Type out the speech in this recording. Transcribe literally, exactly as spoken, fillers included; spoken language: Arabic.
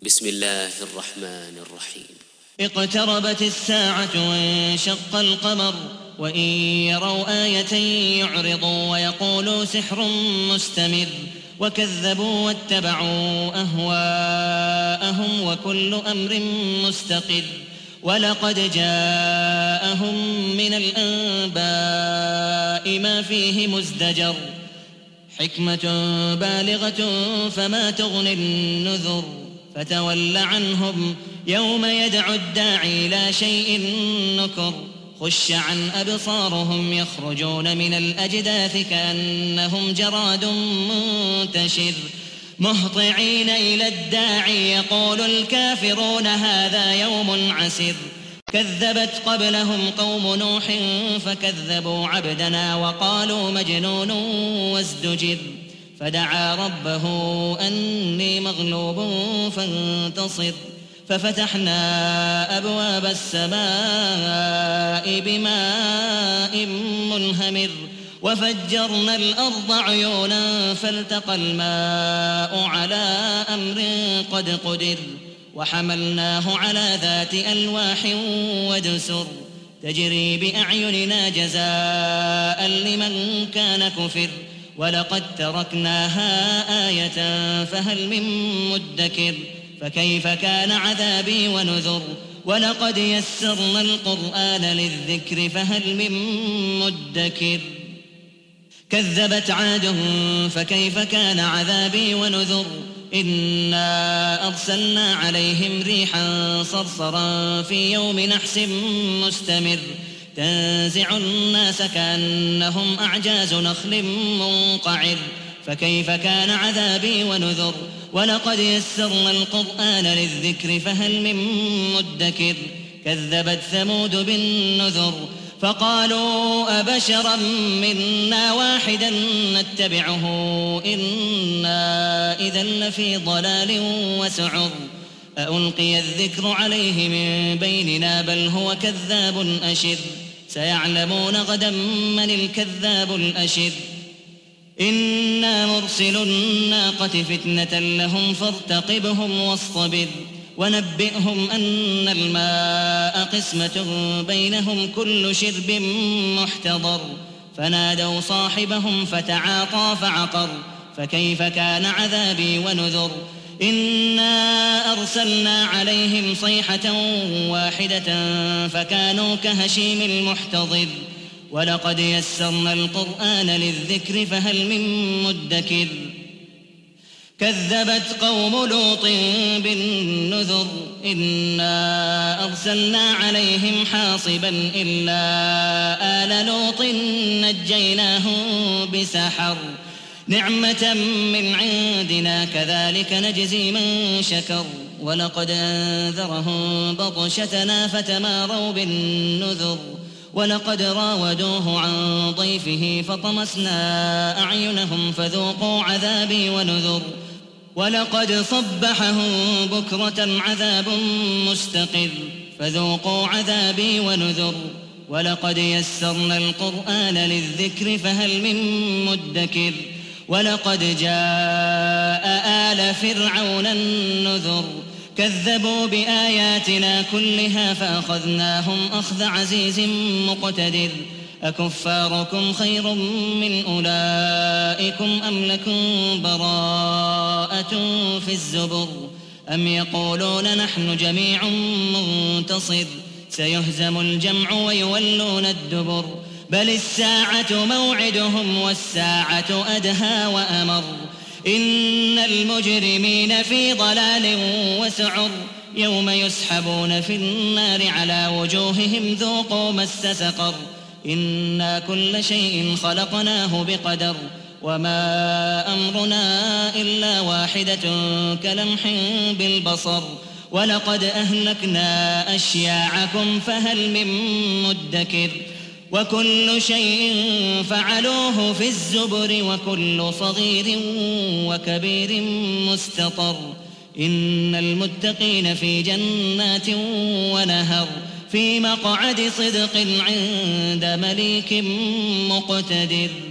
بسم الله الرحمن الرحيم. اقتربت الساعة وانشق القمر وإن يروا آية يعرضوا ويقولوا سحر مستمر وكذبوا واتبعوا أهواءهم وكل أمر مستقر ولقد جاءهم من الأنباء ما فيه مزدجر حكمة بالغة فما تغني النذر فتول عنهم يوم يدعو الداعي لا شيء نكر خش عن أبصارهم يخرجون من الأجداث كأنهم جراد منتشر مهطعين إلى الداعي يقول الكافرون هذا يوم عسر كذبت قبلهم قوم نوح فكذبوا عبدنا وقالوا مجنون وازدجر فدعا ربه أني مغلوب فانتصر ففتحنا أبواب السماء بماء منهمر وفجرنا الأرض عيونا فالتقى الماء على أمر قد قدر وحملناه على ذات ألواح ودسر تجري بأعيننا جزاء لمن كان كفر ولقد تركناها آية فهل من مدكر فكيف كان عذابي ونذر ولقد يسرنا القرآن للذكر فهل من مدكر كذبت عاد فكيف كان عذابي ونذر إنا أرسلنا عليهم ريحا صرصرا في يوم نحس مستمر تنزع الناس كأنهم أعجاز نخل منقعر فكيف كان عذابي ونذر ولقد يسرنا القرآن للذكر فهل من مدكر كذبت ثمود بالنذر فقالوا أبشرا منا واحدا نتبعه إنا إذا لفي ضلال وسعر ألقي الذكر عليه من بيننا بل هو كذاب أشر سيعلمون غدا من الكذاب الأشر إنا مرسل الناقة فتنة لهم فارتقبهم واصطبر ونبئهم أن الماء قسمة بينهم كل شرب محتضر فنادوا صاحبهم فتعاطى فعقر فكيف كان عذابي ونذر إنا أرسلنا عليهم صيحة واحدة فكانوا كهشيم المحتضر ولقد يسرنا القرآن للذكر فهل من مدكر كذبت قوم لوط بالنذر إنا أرسلنا عليهم حاصبا إلا آل لوط نجيناهم بسحر نعمة من عندنا كذلك نجزي من شكر ولقد أنذرهم بطشتنا فتماروا بالنذر ولقد راودوه عن ضيفه فطمسنا أعينهم فذوقوا عذابي ونذر ولقد صبحهم بكرة عذاب مستقر فذوقوا عذابي ونذر ولقد يسرنا القرآن للذكر فهل من مدكر ولقد جاء آل فرعون النذر كذبوا بآياتنا كلها فأخذناهم أخذ عزيز مقتدر أكفاركم خير من أولئكم أم لكم براءة في الزبر أم يقولون نحن جميع منتصر سيهزم الجمع ويولون الدبر بل الساعة موعدهم والساعة أدهى وأمر إن المجرمين في ضلال وسعر يوم يسحبون في النار على وجوههم ذوقوا مس سقر إنا كل شيء خلقناه بقدر وما أمرنا إلا واحدة كلمح بالبصر ولقد أهلكنا أشياعكم فهل من مدكر وكل شيء فعلوه في الزبر وكل صغير وكبير مستطر إن المتقين في جنات ونهر في مقعد صدق عند مليك مقتدر.